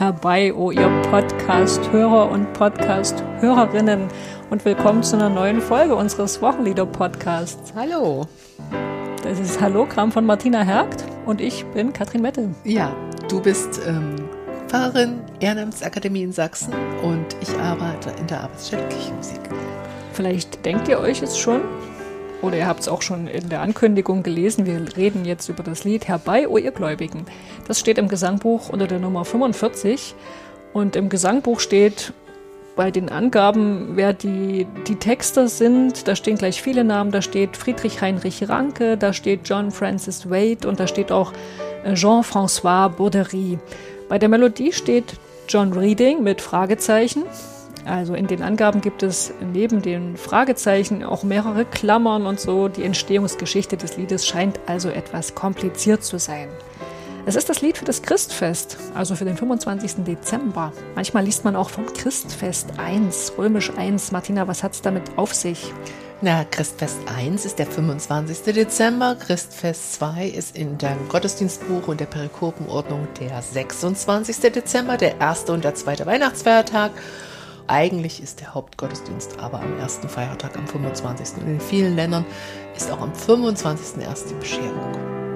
herbei, oh ihr Podcast-Hörer und Podcast-Hörerinnen, und willkommen zu einer neuen Folge unseres Wochenlieder-Podcasts. Hallo. Das ist Hallogramm von Martina Hergt und ich bin Katrin Mette. Ja, du bist Pfarrerin, Ehrenamtsakademie in Sachsen, und ich arbeite in der Arbeitsstelle Kirchenmusik. Vielleicht denkt ihr euch es schon, oder ihr habt es auch schon in der Ankündigung gelesen, wir reden jetzt über das Lied Herbei, o ihr Gläubigen. Das steht im Gesangbuch unter der Nummer 45 und im Gesangbuch steht bei den Angaben, wer die Texter sind, da stehen gleich viele Namen, da steht Friedrich Heinrich Ranke, da steht John Francis Wade und da steht auch Jean-François Bourderie. Bei der Melodie steht John Reading mit Fragezeichen. Also in den Angaben gibt es neben den Fragezeichen auch mehrere Klammern und so. Die Entstehungsgeschichte des Liedes scheint also etwas kompliziert zu sein. Es ist das Lied für das Christfest, also für den 25. Dezember. Manchmal liest man auch vom Christfest 1, römisch 1. Martina, was hat's damit auf sich? Na, Christfest 1 ist der 25. Dezember, Christfest 2 ist in dem Gottesdienstbuch und der Perikopenordnung der 26. Dezember, der erste und der zweite Weihnachtsfeiertag. Eigentlich ist der Hauptgottesdienst aber am ersten Feiertag, am 25. Und in vielen Ländern ist auch am 25. erst die Bescherung.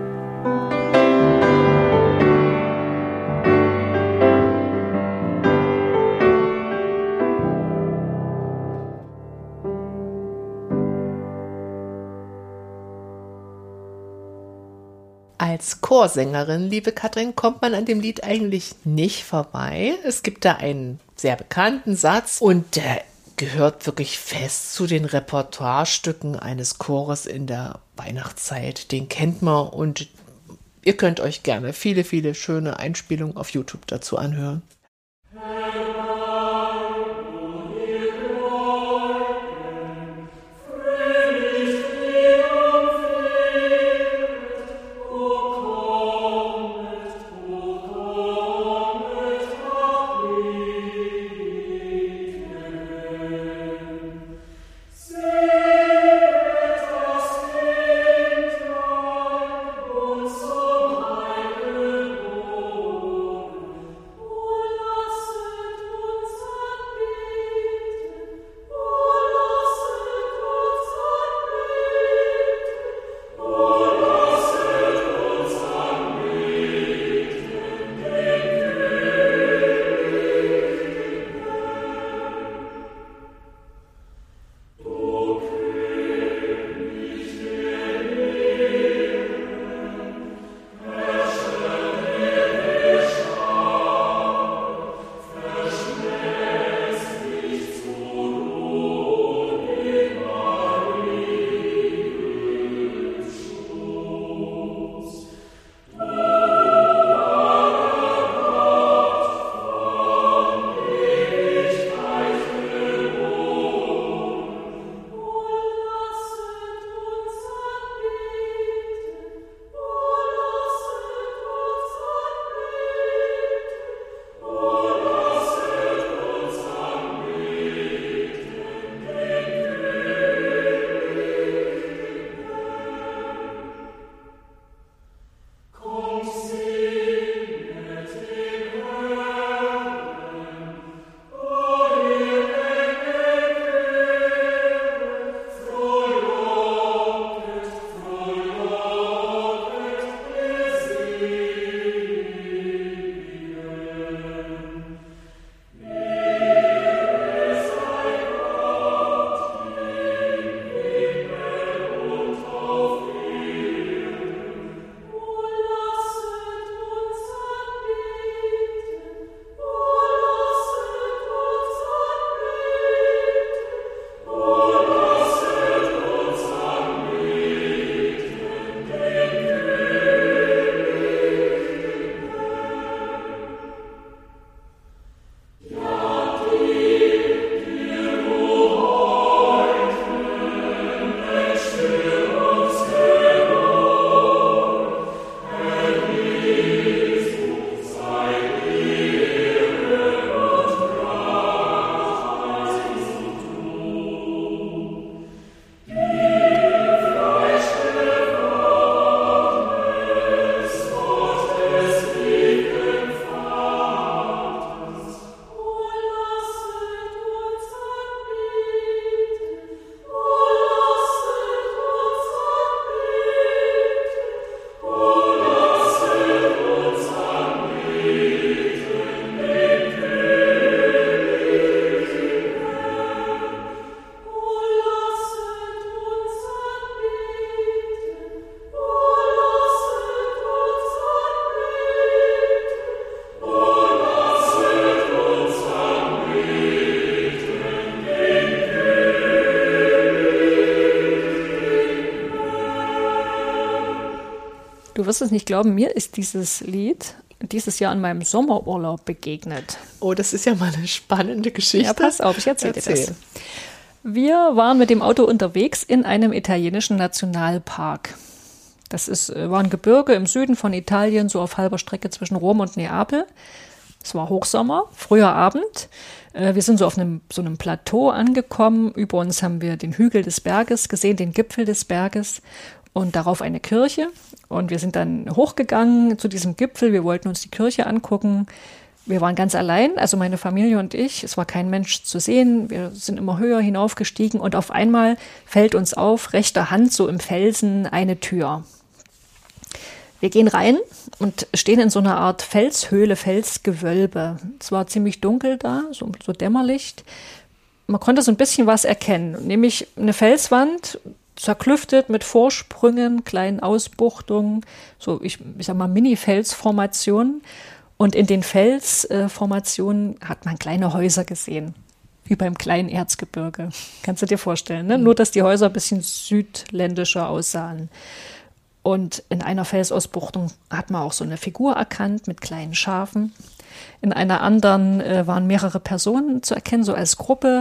Als Chorsängerin, liebe Katrin, kommt man an dem Lied eigentlich nicht vorbei. Es gibt da einen sehr bekannten Satz und der gehört wirklich fest zu den Repertoirestücken eines Chores in der Weihnachtszeit. Den kennt man und ihr könnt euch gerne viele, viele schöne Einspielungen auf YouTube dazu anhören. Du wirst es nicht glauben, mir ist dieses Lied dieses Jahr in meinem Sommerurlaub begegnet. Oh, das ist ja mal eine spannende Geschichte. Ja, pass auf, ich erzähle dir das. Wir waren mit dem Auto unterwegs in einem italienischen Nationalpark. War ein Gebirge im Süden von Italien, so auf halber Strecke zwischen Rom und Neapel. Es war Hochsommer, früher Abend. Wir sind so auf so einem Plateau angekommen. Über uns haben wir den Hügel des Berges gesehen, den Gipfel des Berges und darauf eine Kirche. Und wir sind dann hochgegangen zu diesem Gipfel. Wir wollten uns die Kirche angucken. Wir waren ganz allein, also meine Familie und ich. Es war kein Mensch zu sehen. Wir sind immer höher hinaufgestiegen und auf einmal fällt uns auf, rechter Hand so im Felsen, eine Tür. Wir gehen rein und stehen in so einer Art Felshöhle, Felsgewölbe. Es war ziemlich dunkel da, so Dämmerlicht. Man konnte so ein bisschen was erkennen, nämlich eine Felswand, zerklüftet mit Vorsprüngen, kleinen Ausbuchtungen, so ich sag mal Mini-Felsformationen. Und in den Felsformationen hat man kleine Häuser gesehen, wie beim kleinen Erzgebirge. Kannst du dir vorstellen, ne? Nur, dass die Häuser ein bisschen südländischer aussahen. Und in einer Felsausbuchtung hat man auch so eine Figur erkannt mit kleinen Schafen. In einer anderen waren mehrere Personen zu erkennen, so als Gruppe.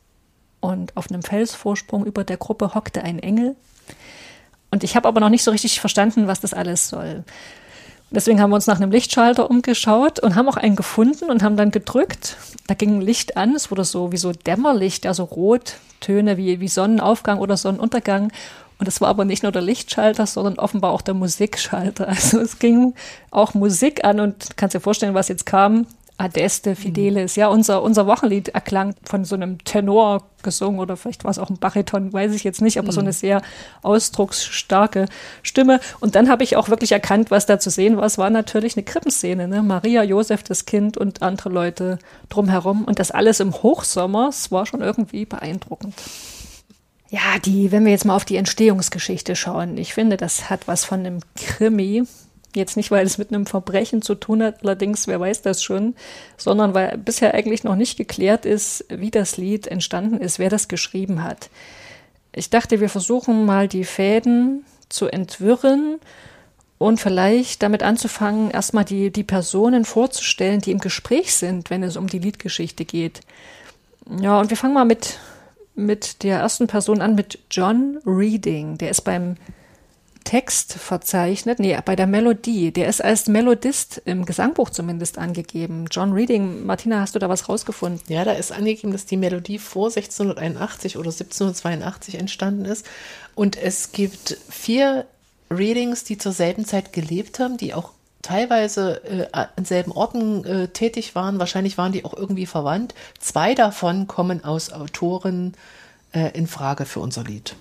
Und auf einem Felsvorsprung über der Gruppe hockte ein Engel. Und ich habe aber noch nicht so richtig verstanden, was das alles soll. Deswegen haben wir uns nach einem Lichtschalter umgeschaut und haben auch einen gefunden und haben dann gedrückt. Da ging ein Licht an, es wurde so wie so Dämmerlicht, also Rottöne wie Sonnenaufgang oder Sonnenuntergang. Und es war aber nicht nur der Lichtschalter, sondern offenbar auch der Musikschalter. Also es ging auch Musik an und kannst dir vorstellen, was jetzt kam. Adeste Fidelis, ja, unser Wochenlied erklang von so einem Tenor gesungen oder vielleicht war es auch ein Bariton, weiß ich jetzt nicht, aber so eine sehr ausdrucksstarke Stimme. Und dann habe ich auch wirklich erkannt, was da zu sehen war. Es war natürlich eine Krippenszene, ne? Maria, Josef, das Kind und andere Leute drumherum. Und das alles im Hochsommer, es war schon irgendwie beeindruckend. Ja, wenn wir jetzt mal auf die Entstehungsgeschichte schauen, ich finde, das hat was von einem Krimi. Jetzt nicht, weil es mit einem Verbrechen zu tun hat, allerdings, wer weiß das schon, sondern weil bisher eigentlich noch nicht geklärt ist, wie das Lied entstanden ist, wer das geschrieben hat. Ich dachte, wir versuchen mal die Fäden zu entwirren und vielleicht damit anzufangen, erstmal die Personen vorzustellen, die im Gespräch sind, wenn es um die Liedgeschichte geht. Ja, und wir fangen mal mit der ersten Person an, mit John Reading. Der ist beim Text verzeichnet, bei der Melodie. Der ist als Melodist im Gesangbuch zumindest angegeben. John Reading, Martina, hast du da was rausgefunden? Ja, da ist angegeben, dass die Melodie vor 1681 oder 1782 entstanden ist. Und es gibt 4 Readings, die zur selben Zeit gelebt haben, die auch teilweise an selben Orten tätig waren. Wahrscheinlich waren die auch irgendwie verwandt. 2 davon kommen aus Autoren in Frage für unser Lied.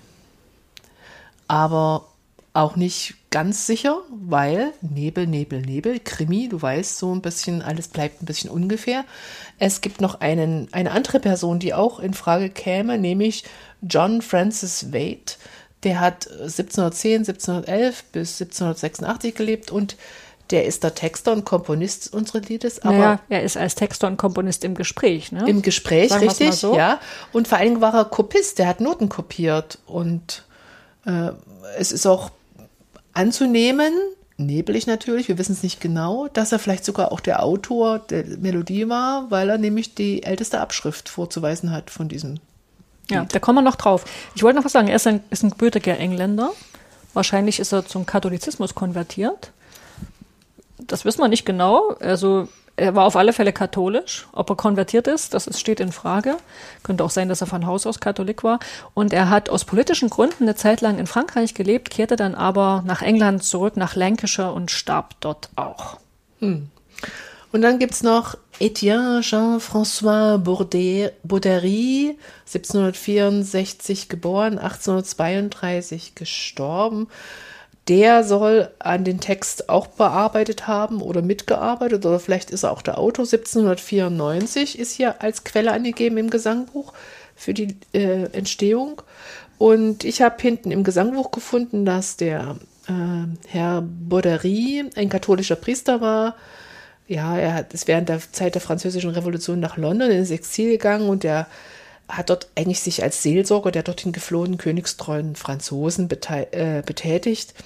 Aber auch nicht ganz sicher, weil Nebel, Krimi, du weißt, so ein bisschen, alles bleibt ein bisschen ungefähr. Es gibt noch eine andere Person, die auch in Frage käme, nämlich John Francis Wade. Der hat 1710, 1711 bis 1786 gelebt und der ist der Texter und Komponist unseres Liedes. Aber naja, er ist als Texter und Komponist im Gespräch, ne? Im Gespräch, sagen richtig, so. Ja. Und vor allen Dingen war er Kopist, der hat Noten kopiert und es ist auch anzunehmen, neblig natürlich, wir wissen es nicht genau, dass er vielleicht sogar auch der Autor der Melodie war, weil er nämlich die älteste Abschrift vorzuweisen hat von diesem Lied. Ja, da kommen wir noch drauf. Ich wollte noch was sagen, er ist ein gebürtiger Engländer. Wahrscheinlich ist er zum Katholizismus konvertiert. Das wissen wir nicht genau. Also er war auf alle Fälle katholisch. Ob er konvertiert ist, steht in Frage. Könnte auch sein, dass er von Haus aus Katholik war. Und er hat aus politischen Gründen eine Zeit lang in Frankreich gelebt, kehrte dann aber nach England zurück, nach Lancashire und starb dort auch. Und dann gibt es noch Etienne Jean-François Baudery, 1764 geboren, 1832 gestorben. Der soll an den Text auch bearbeitet haben oder mitgearbeitet oder vielleicht ist er auch der Autor. 1794 ist hier als Quelle angegeben im Gesangbuch für die Entstehung. Und ich habe hinten im Gesangbuch gefunden, dass der Herr Baudery ein katholischer Priester war. Ja, er ist während der Zeit der Französischen Revolution nach London ins Exil gegangen und er hat dort eigentlich sich als Seelsorger der dorthin geflohenen königstreuen Franzosen betätigt.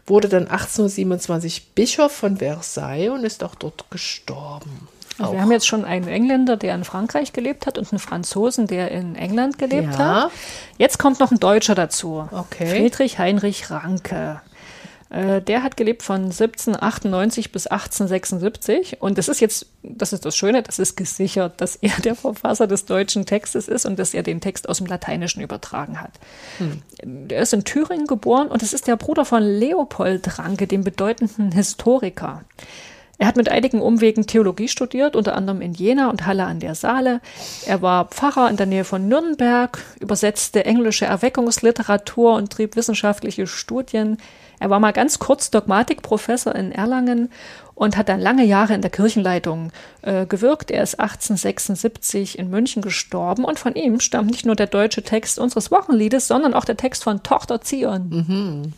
wurde dann 1827 Bischof von Versailles und ist auch dort gestorben. Also wir haben jetzt schon einen Engländer, der in Frankreich gelebt hat, und einen Franzosen, der in England gelebt hat. Jetzt kommt noch ein Deutscher dazu. Okay. Friedrich Heinrich Ranke. Der hat gelebt von 1798 bis 1876. Und das ist das Schöne, das ist gesichert, dass er der Verfasser des deutschen Textes ist und dass er den Text aus dem Lateinischen übertragen hat. Der ist in Thüringen geboren und es ist der Bruder von Leopold Ranke, dem bedeutenden Historiker. Er hat mit einigen Umwegen Theologie studiert, unter anderem in Jena und Halle an der Saale. Er war Pfarrer in der Nähe von Nürnberg, übersetzte englische Erweckungsliteratur und trieb wissenschaftliche Studien. Er war mal ganz kurz Dogmatikprofessor in Erlangen und hat dann lange Jahre in der Kirchenleitung gewirkt. Er ist 1876 in München gestorben und von ihm stammt nicht nur der deutsche Text unseres Wochenliedes, sondern auch der Text von Tochter Zion.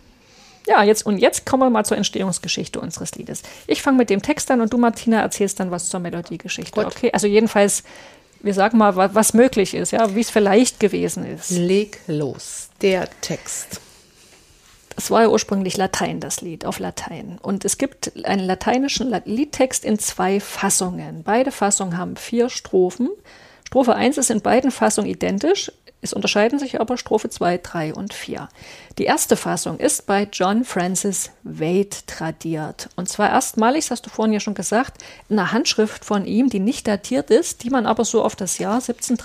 Ja, jetzt kommen wir mal zur Entstehungsgeschichte unseres Liedes. Ich fange mit dem Text an und du, Martina, erzählst dann was zur Melodiegeschichte. Gut. Okay, also jedenfalls, wir sagen mal, was möglich ist, ja, wie es vielleicht gewesen ist. Leg los, der Text. Es war ja ursprünglich Latein, das Lied, auf Latein. Und es gibt einen lateinischen Liedtext in 2 Fassungen. Beide Fassungen haben 4 Strophen. Strophe 1 ist in beiden Fassungen identisch. Es unterscheiden sich aber Strophe 2, 3 und 4. Die erste Fassung ist bei John Francis Wade tradiert. Und zwar erstmalig, das hast du vorhin ja schon gesagt, in einer Handschrift von ihm, die nicht datiert ist, die man aber so auf das Jahr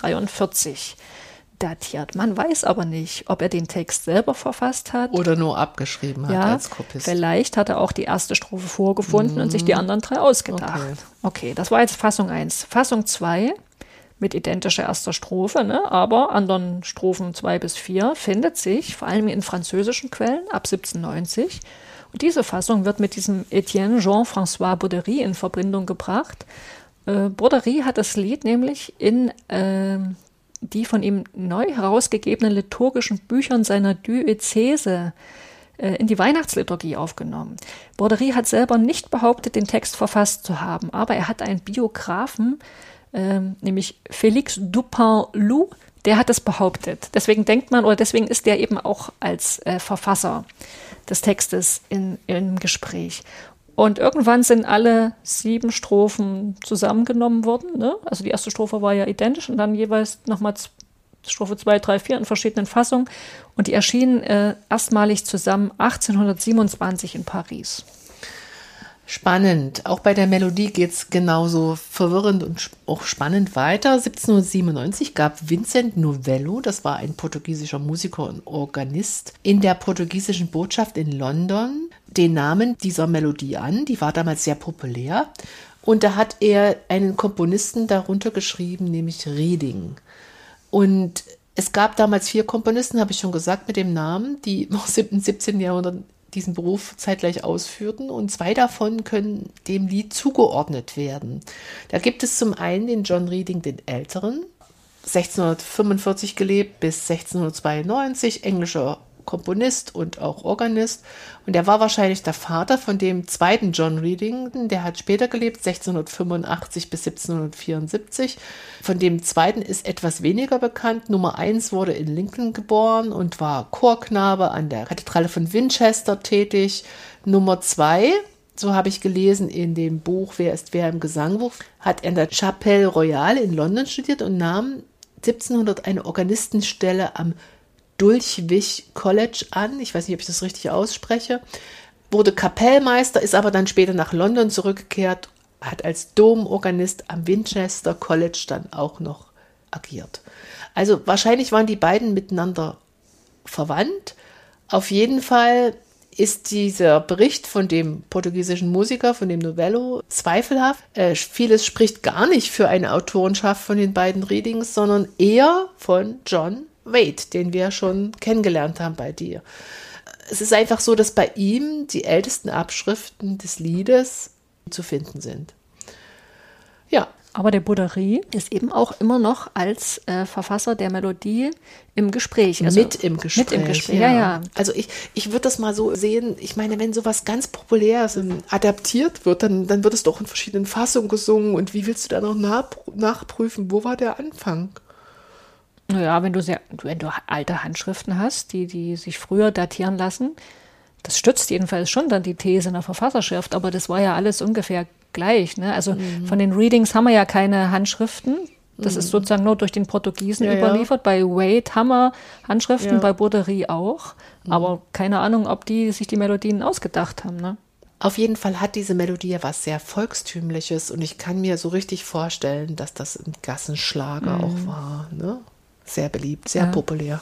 1743 datiert. Man weiß aber nicht, ob er den Text selber verfasst hat. Oder nur abgeschrieben hat als Kopist. Vielleicht hat er auch die erste Strophe vorgefunden und sich die anderen 3 ausgedacht. Okay, das war jetzt Fassung 1. Fassung 2 mit identischer erster Strophe, aber anderen Strophen 2 bis 4 findet sich vor allem in französischen Quellen ab 1790. Und diese Fassung wird mit diesem Etienne Jean-François Baudery in Verbindung gebracht. Baudery hat das Lied nämlich in die von ihm neu herausgegebenen liturgischen Büchern seiner Diözese in die Weihnachtsliturgie aufgenommen. Baudery hat selber nicht behauptet, den Text verfasst zu haben, aber er hat einen Biografen, nämlich Félix Dupin-Loup, der hat es behauptet. Deswegen deswegen ist der eben auch als Verfasser des Textes im Gespräch. Und irgendwann sind alle 7 Strophen zusammengenommen worden. Also die erste Strophe war ja identisch und dann jeweils nochmal Strophe 2, 3, 4 in verschiedenen Fassungen. Und die erschienen erstmalig zusammen 1827 in Paris. Spannend. Auch bei der Melodie geht es genauso verwirrend und auch spannend weiter. 1797 gab Vincent Novello, das war ein portugiesischer Musiker und Organist, in der portugiesischen Botschaft in London den Namen dieser Melodie an. Die war damals sehr populär. Und da hat er einen Komponisten darunter geschrieben, nämlich Reading. Und es gab damals 4 Komponisten, habe ich schon gesagt, mit dem Namen, die im 17. Jahrhundert diesen Beruf zeitgleich ausführten, und 2 davon können dem Lied zugeordnet werden. Da gibt es zum einen den John Reading, den Älteren, 1645 gelebt bis 1692, englischer Komponist und auch Organist. Und er war wahrscheinlich der Vater von dem zweiten John Reading, der hat später gelebt, 1685 bis 1774. Von dem zweiten ist etwas weniger bekannt. Nummer 1 wurde in Lincoln geboren und war Chorknabe an der Kathedrale von Winchester tätig. Nummer 2, so habe ich gelesen in dem Buch Wer ist wer im Gesangbuch, hat er in der Chapelle Royale in London studiert und nahm 1700 eine Organistenstelle am Dulwich College an. Ich weiß nicht, ob ich das richtig ausspreche. Wurde Kapellmeister, ist aber dann später nach London zurückgekehrt, hat als Domorganist am Winchester College dann auch noch agiert. Also wahrscheinlich waren die beiden miteinander verwandt. Auf jeden Fall ist dieser Bericht von dem portugiesischen Musiker, von dem Novello, zweifelhaft. Vieles spricht gar nicht für eine Autorenschaft von den beiden Readings, sondern eher von John Wade, den wir schon kennengelernt haben bei dir. Es ist einfach so, dass bei ihm die ältesten Abschriften des Liedes zu finden sind. Ja. Aber der Baudery ist eben auch immer noch als Verfasser der Melodie im Gespräch. Also mit im Gespräch, ja. Also ich würde das mal so sehen, ich meine, wenn sowas ganz Populäres adaptiert wird, dann wird es doch in verschiedenen Fassungen gesungen. Und wie willst du da noch nachprüfen, wo war der Anfang? Naja, wenn du alte Handschriften hast, die sich früher datieren lassen, das stützt jedenfalls schon dann die These einer Verfasserschaft, aber das war ja alles ungefähr gleich. Ne? Also von den Readings haben wir ja keine Handschriften. Das ist sozusagen nur durch den Portugiesen überliefert. Bei Wade haben wir Handschriften, bei Boderie auch. Aber keine Ahnung, ob die sich die Melodien ausgedacht haben. Ne? Auf jeden Fall hat diese Melodie ja was sehr Volkstümliches und ich kann mir so richtig vorstellen, dass das ein Gassenschlager auch war. Ne? Sehr beliebt, sehr populär.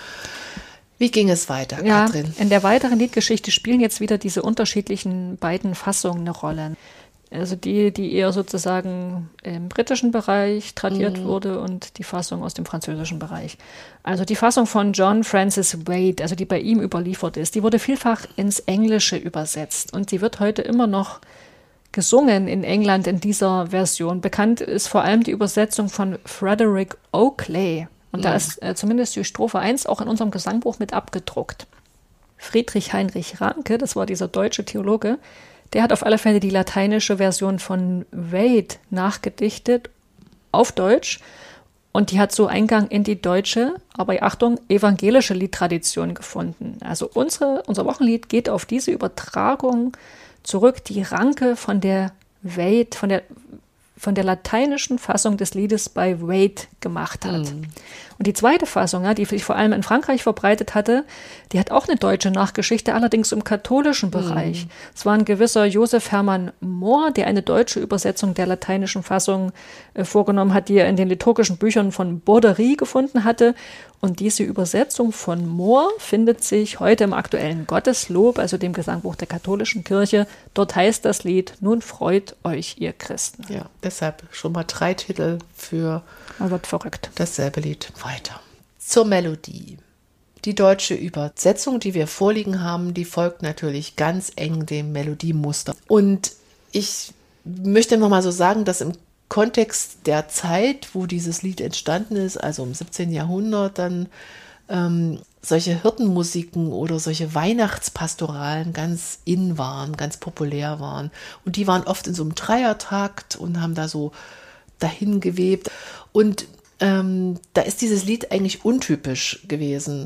Wie ging es weiter, Katrin? In der weiteren Liedgeschichte spielen jetzt wieder diese unterschiedlichen beiden Fassungen eine Rolle. Also die eher sozusagen im britischen Bereich tradiert wurde und die Fassung aus dem französischen Bereich. Also die Fassung von John Francis Wade, also die bei ihm überliefert ist, die wurde vielfach ins Englische übersetzt und sie wird heute immer noch gesungen in England in dieser Version. Bekannt ist vor allem die Übersetzung von Frederick Oakley. Und da ist zumindest die Strophe 1 auch in unserem Gesangbuch mit abgedruckt. Friedrich Heinrich Ranke, das war dieser deutsche Theologe, der hat auf alle Fälle die lateinische Version von Wade nachgedichtet auf Deutsch und die hat so Eingang in die deutsche, aber Achtung, evangelische Liedtradition gefunden. Also unser Wochenlied geht auf diese Übertragung zurück, die Ranke von der Wade, von der lateinischen Fassung des Liedes bei Wade gemacht hat. Und die zweite Fassung, die sich vor allem in Frankreich verbreitet hatte, die hat auch eine deutsche Nachgeschichte, allerdings im katholischen Bereich. Es war ein gewisser Josef Hermann Mohr, der eine deutsche Übersetzung der lateinischen Fassung vorgenommen hat, die er in den liturgischen Büchern von Boderie gefunden hatte. Und diese Übersetzung von Mohr findet sich heute im aktuellen Gotteslob, also dem Gesangbuch der katholischen Kirche. Dort heißt das Lied, nun freut euch, ihr Christen. Ja, deshalb schon mal 3 Titel für wird verrückt. Dasselbe Lied. Weiter. Zur Melodie. Die deutsche Übersetzung, die wir vorliegen haben, die folgt natürlich ganz eng dem Melodiemuster. Und ich möchte noch mal so sagen, dass im Kontext der Zeit, wo dieses Lied entstanden ist, also im 17. Jahrhundert, dann solche Hirtenmusiken oder solche Weihnachtspastoralen ganz in waren, ganz populär waren. Und die waren oft in so einem Dreiertakt und haben da so dahin gewebt. Und da ist dieses Lied eigentlich untypisch gewesen.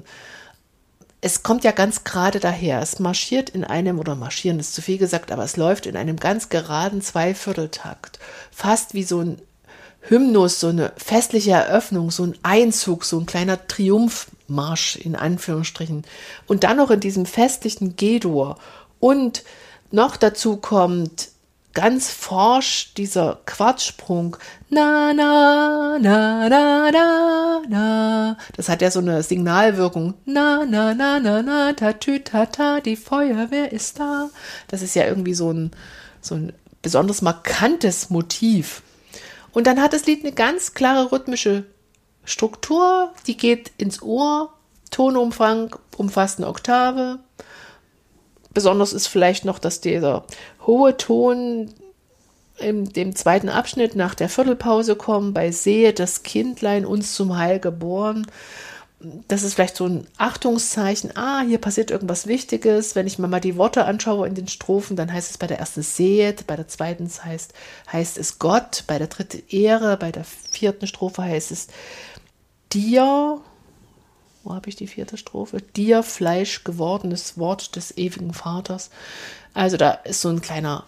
Es kommt ja ganz gerade daher. Es marschiert in einem, oder marschieren ist zu viel gesagt, aber es läuft in einem ganz geraden Zweivierteltakt. Fast wie so ein Hymnus, so eine festliche Eröffnung, so ein Einzug, so ein kleiner Triumphmarsch in Anführungsstrichen. Und dann noch in diesem festlichen G-Dur. Und noch dazu kommt ganz forsch dieser Quartsprung. Na, na, na, na, na, na. Das hat ja so eine Signalwirkung. Na, na, na, na, na, tatü, tata, die Feuerwehr ist da. Das ist ja irgendwie so ein besonders markantes Motiv. Und dann hat das Lied eine ganz klare rhythmische Struktur. Die geht ins Ohr. Tonumfang umfasst eine Oktave. Besonders ist vielleicht noch, dass dieser hohe Ton in dem zweiten Abschnitt nach der Viertelpause kommt, bei Sehe das Kindlein uns zum Heil geboren. Das ist vielleicht so ein Achtungszeichen. Hier passiert irgendwas Wichtiges. Wenn ich mir mal die Worte anschaue in den Strophen, dann heißt es bei der ersten Sehet, bei der zweiten heißt es Gott, bei der dritten Ehre, bei der vierten Strophe heißt es dir. Wo habe ich die 4. Strophe? Dir Fleisch gewordenes Wort des ewigen Vaters. Also da ist so ein kleiner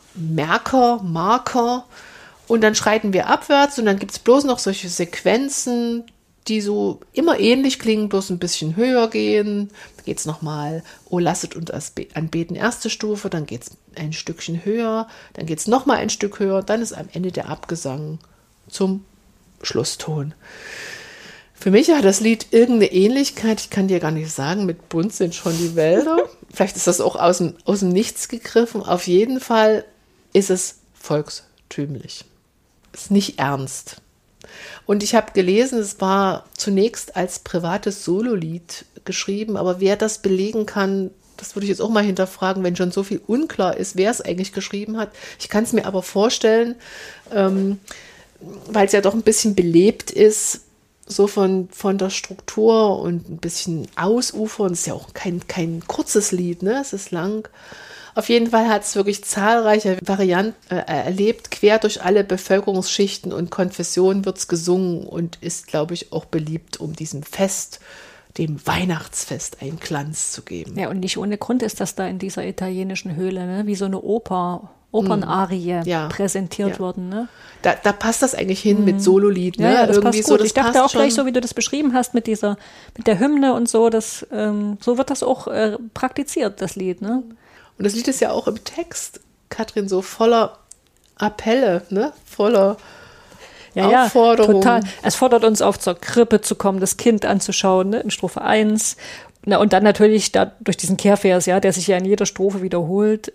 Marker. Und dann schreiten wir abwärts und dann gibt es bloß noch solche Sequenzen, die so immer ähnlich klingen, bloß ein bisschen höher gehen. Da geht es nochmal, oh, lasset uns anbeten, 1. Stufe, dann geht es ein Stückchen höher, dann geht es nochmal ein Stück höher, dann ist am Ende der Abgesang zum Schlusston. Für mich hat das Lied irgendeine Ähnlichkeit, ich kann dir gar nicht sagen, mit Bunt sind schon die Wälder. Vielleicht ist das auch aus dem Nichts gegriffen. Auf jeden Fall ist es volkstümlich. Ist nicht ernst. Und ich habe gelesen, es war zunächst als privates Sololied geschrieben, aber wer das belegen kann, das würde ich jetzt auch mal hinterfragen, wenn schon so viel unklar ist, wer es eigentlich geschrieben hat. Ich kann es mir aber vorstellen, weil es ja doch ein bisschen belebt ist, so von der Struktur und ein bisschen ausufern. Es ist ja auch kein kurzes Lied, ne? Es ist lang. Auf jeden Fall hat es wirklich zahlreiche Varianten erlebt. Quer durch alle Bevölkerungsschichten und Konfessionen wird es gesungen und ist, glaube ich, auch beliebt, um diesem Fest dem Weihnachtsfest einen Glanz zu geben. Ja, und nicht ohne Grund ist das da in dieser italienischen Höhle, ne? Wie so eine Opernarie präsentiert worden. Ne? Da passt das eigentlich hin mit Sololied. Ne? Ja, das irgendwie passt gut. so. Das ich dachte passt auch gleich, schon. so wie du das beschrieben hast, mit der Hymne und so, so wird das auch praktiziert, das Lied. Ne? Und das Lied ist ja auch im Text, Katrin, so voller Appelle, ne? Voller Aufforderung. Total. Es fordert uns auf, zur Krippe zu kommen, das Kind anzuschauen, ne? In Strophe 1. Na, und dann natürlich durch diesen Kehrvers, der sich ja in jeder Strophe wiederholt,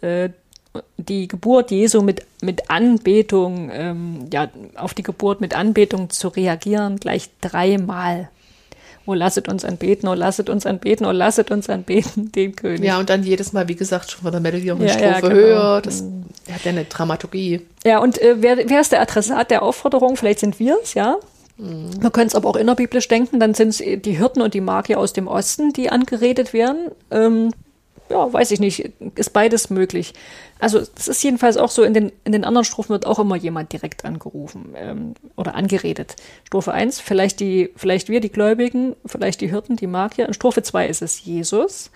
die Geburt Jesu mit Anbetung, auf die Geburt mit Anbetung zu reagieren, gleich 3-mal. Oh, lasset uns anbeten, oh, lasset uns anbeten, oh, lasset uns anbeten, den König. Ja, und dann jedes Mal, wie gesagt, schon von der Melodie auf eine Strophe genau. höher. Das hat ja eine Dramaturgie. Ja, und wer ist der Adressat der Aufforderung? Vielleicht sind wir es, ja. Man könnte es aber auch innerbiblisch denken, dann sind es die Hirten und die Magier aus dem Osten, die angeredet werden. Weiß ich nicht, ist beides möglich. Also es ist jedenfalls auch so, in den anderen Strophen wird auch immer jemand direkt angerufen oder angeredet. Strophe 1, vielleicht wir, die Gläubigen, vielleicht die Hirten, die Magier. In Strophe 2 ist es Jesus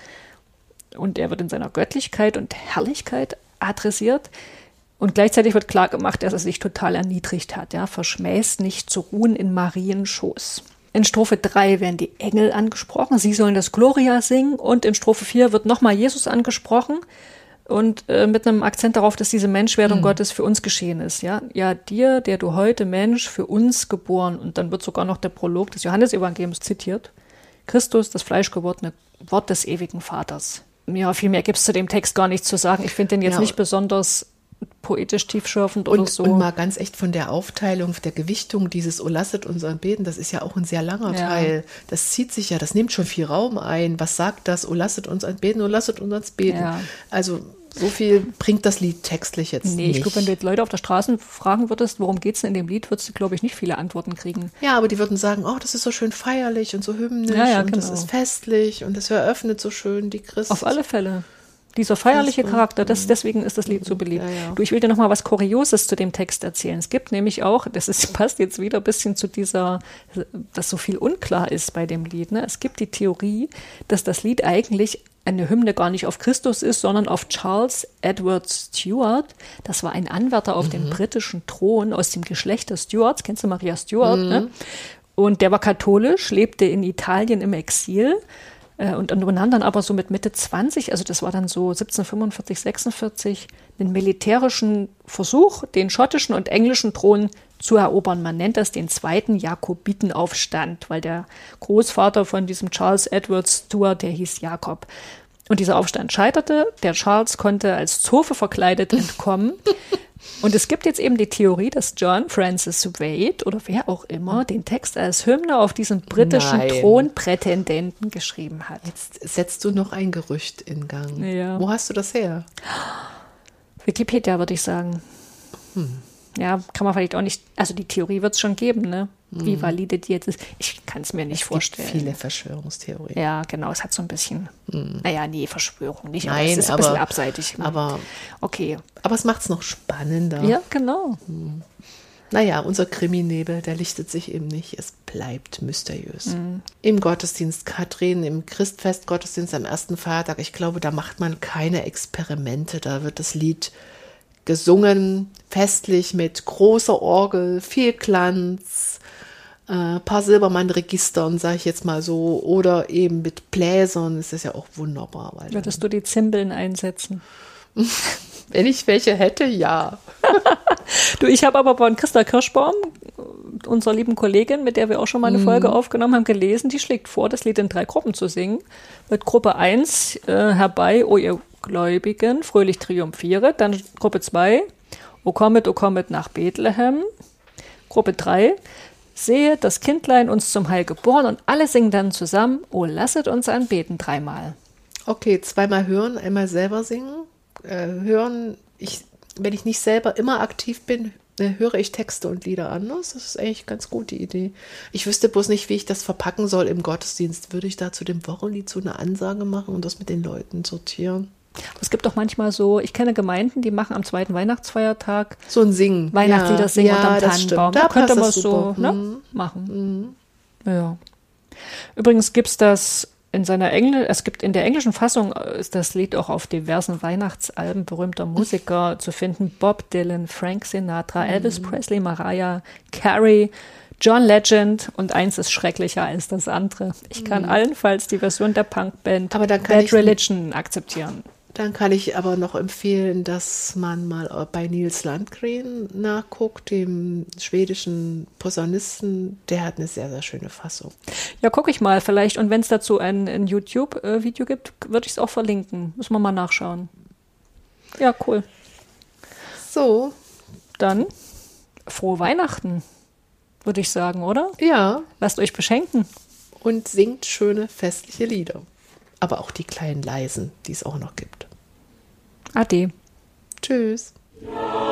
und er wird in seiner Göttlichkeit und Herrlichkeit adressiert. Und gleichzeitig wird klar gemacht, dass er sich total erniedrigt hat. Ja? Verschmäßt nicht zu ruhen in Mariens Schoß. In Strophe 3 werden die Engel angesprochen, sie sollen das Gloria singen. Und in Strophe 4 wird nochmal Jesus angesprochen und mit einem Akzent darauf, dass diese Menschwerdung Gottes für uns geschehen ist. Ja, dir, der du heute Mensch, für uns geboren. Und dann wird sogar noch der Prolog des Johannesevangeliums zitiert. Christus, das fleischgewordene Wort des ewigen Vaters. Ja, viel mehr gibt es zu dem Text gar nicht zu sagen. Ich finde den jetzt nicht besonders poetisch tiefschürfend oder so. Und mal ganz echt von der Aufteilung, der Gewichtung dieses O lasset uns anbeten, das ist ja auch ein sehr langer Teil. Das zieht sich ja, das nimmt schon viel Raum ein. Was sagt das? O lasset uns anbeten, O lasset uns anbeten. Ja. Also so viel bringt das Lied textlich jetzt nicht. Nee, ich glaube, wenn du jetzt Leute auf der Straße fragen würdest, worum geht es denn in dem Lied, würdest du, glaube ich, nicht viele Antworten kriegen. Ja, aber die würden sagen, oh, das ist so schön feierlich und so hymnisch und das ist festlich und das eröffnet so schön die Christen. Auf alle Fälle. Dieser feierliche Charakter, deswegen ist das Lied so beliebt. Ja. Du, ich will dir noch mal was Kurioses zu dem Text erzählen. Es gibt nämlich auch, passt jetzt wieder ein bisschen zu dass so viel unklar ist bei dem Lied. Ne? Es gibt die Theorie, dass das Lied eigentlich eine Hymne gar nicht auf Christus ist, sondern auf Charles Edward Stuart. Das war ein Anwärter auf den britischen Thron aus dem Geschlecht der Stuarts. Kennst du Maria Stuart? Ne? Und der war katholisch, lebte in Italien im Exil. Und nahm dann aber so mit Mitte 20, also das war dann so 1745, 46, einen militärischen Versuch, den schottischen und englischen Thron zu erobern. Man nennt das den zweiten Jakobitenaufstand, weil der Großvater von diesem Charles Edward Stuart, der hieß Jakob. Und dieser Aufstand scheiterte. Der Charles konnte als Zofe verkleidet entkommen. Und es gibt jetzt eben die Theorie, dass John Francis Wade oder wer auch immer den Text als Hymne auf diesen britischen Thronprätendenten geschrieben hat. Jetzt setzt du noch ein Gerücht in Gang. Ja. Wo hast du das her? Wikipedia, würde ich sagen. Ja, kann man vielleicht auch nicht, also die Theorie wird es schon geben, ne? Wie valide die jetzt ist. Ich kann es mir nicht vorstellen. Gibt viele Verschwörungstheorien. Ja, genau, es hat so ein bisschen, Verschwörung nicht, Nein, aber es ist ein bisschen abseitig. Aber, okay. Aber es macht es noch spannender. Ja, genau. Naja, unser Kriminebel, der lichtet sich eben nicht. Es bleibt mysteriös. Im Gottesdienst, Katrin, im Christfest-Gottesdienst am ersten Feiertag, ich glaube, da macht man keine Experimente. Da wird das Lied gesungen, festlich mit großer Orgel, viel Glanz, paar Silbermann-Registern, sage ich jetzt mal so, oder eben mit Bläsern. Das ist ja auch wunderbar. Würdest du die Zimbeln einsetzen? Wenn ich welche hätte, ja. Du, ich habe aber von Christa Kirschbaum, unserer lieben Kollegin, mit der wir auch schon mal eine Folge aufgenommen haben, gelesen, die schlägt vor, das Lied in 3 Gruppen zu singen. Mit Gruppe 1, herbei, o ihr Gläubigen, fröhlich triumphiere. Dann Gruppe 2, o kommet nach Bethlehem. Gruppe 3, sehe das Kindlein uns zum Heil geboren. Und alle singen dann zusammen, o lasset uns anbeten 3-mal. Okay, 2-mal hören, einmal selber singen. Hören, wenn ich nicht selber immer aktiv bin, höre ich Texte und Lieder anders. Das ist eigentlich eine ganz gute Idee. Ich wüsste bloß nicht, wie ich das verpacken soll im Gottesdienst. Würde ich da zu dem Wochenlied so eine Ansage machen und das mit den Leuten sortieren? Es gibt doch manchmal so, ich kenne Gemeinden, die machen am 2. Weihnachtsfeiertag so ein Singen. Weihnachtslieder singen unterm Tannenbaum. Da könnte man es so machen. Ja. Übrigens gibt es in der englischen Fassung ist das Lied auch auf diversen Weihnachtsalben berühmter Musiker zu finden. Bob Dylan, Frank Sinatra, Elvis Presley, Mariah Carey, John Legend und eins ist schrecklicher als das andere. Ich kann allenfalls die Version der Punkband Bad Religion akzeptieren. Dann kann ich aber noch empfehlen, dass man mal bei Nils Landgren nachguckt, dem schwedischen Posaunisten. Der hat eine sehr, sehr schöne Fassung. Ja, gucke ich mal vielleicht. Und wenn es dazu ein YouTube-Video gibt, würde ich es auch verlinken. Müssen wir mal nachschauen. Ja, cool. So. Dann frohe Weihnachten, würde ich sagen, oder? Ja. Lasst euch beschenken. Und singt schöne festliche Lieder. Aber auch die kleinen leisen, die es auch noch gibt. Ade. Tschüss.